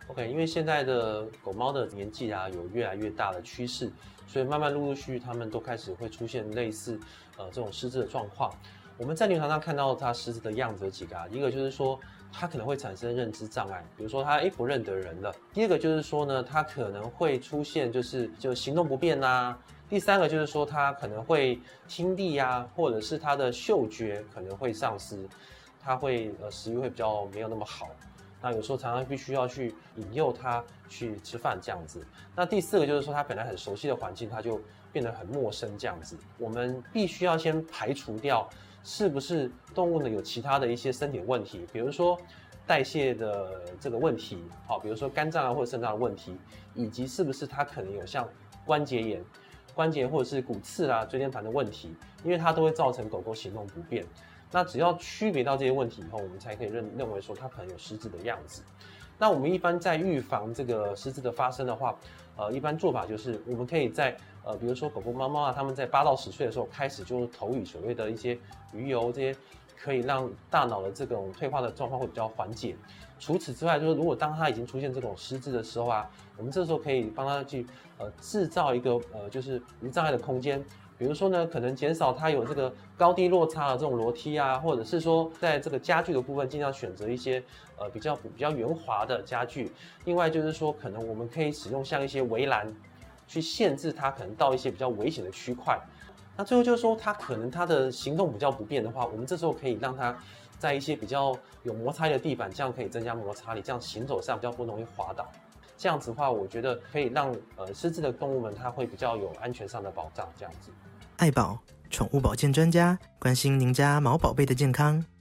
OK， 因为现在的狗猫的年纪啊有越来越大的趋势，所以慢慢陆陆续续它们都开始会出现类似这种失智的状况。我们在临床上看到它失智的样子有几个啊，一个就是说它可能会产生认知障碍，比如说它不认得人了。第二个就是说呢，它可能会出现就行动不便啊。第三个就是说它可能会听力啊，或者是它的嗅觉可能会丧失，它会食欲会比较没有那么好。那有时候常常必须要去引诱他去吃饭这样子。那第四个就是说，他本来很熟悉的环境，他就变得很陌生这样子。我们必须要先排除掉是不是动物呢有其他的一些身体问题，比如说代谢的这个问题，好，比如说肝脏啊或者肾脏的问题，以及是不是它可能有像关节炎、关节或者是骨刺啦、椎间盘的问题，因为它都会造成狗狗行动不便。那只要区别到这些问题以后，我们才可以认为说它可能有失智的样子。那我们一般在预防这个失智的发生的话，一般做法就是我们可以在比如说狗狗、猫猫啊，它们在8到10岁的时候开始就是投予所谓的一些鱼油，这些可以让大脑的这种退化的状况会比较缓解。除此之外，就是如果当它已经出现这种失智的时候啊，我们这时候可以帮它去制造一个就是无障碍的空间。比如说呢，可能减少它有这个高低落差的这种楼梯啊，或者是说在这个家具的部分，尽量选择一些比较圆滑的家具。另外就是说，可能我们可以使用像一些围栏去限制它可能到一些比较危险的区块。那最后就是说，它可能它的行动比较不便的话，我们这时候可以让它在一些比较有摩擦力的地板，这样可以增加摩擦力，这样行走上比较不容易滑倒。这样子的话，我觉得可以让失智的动物们它会比较有安全上的保障。这样子， 爱宝宠物保健专家关心您家毛宝贝的健康。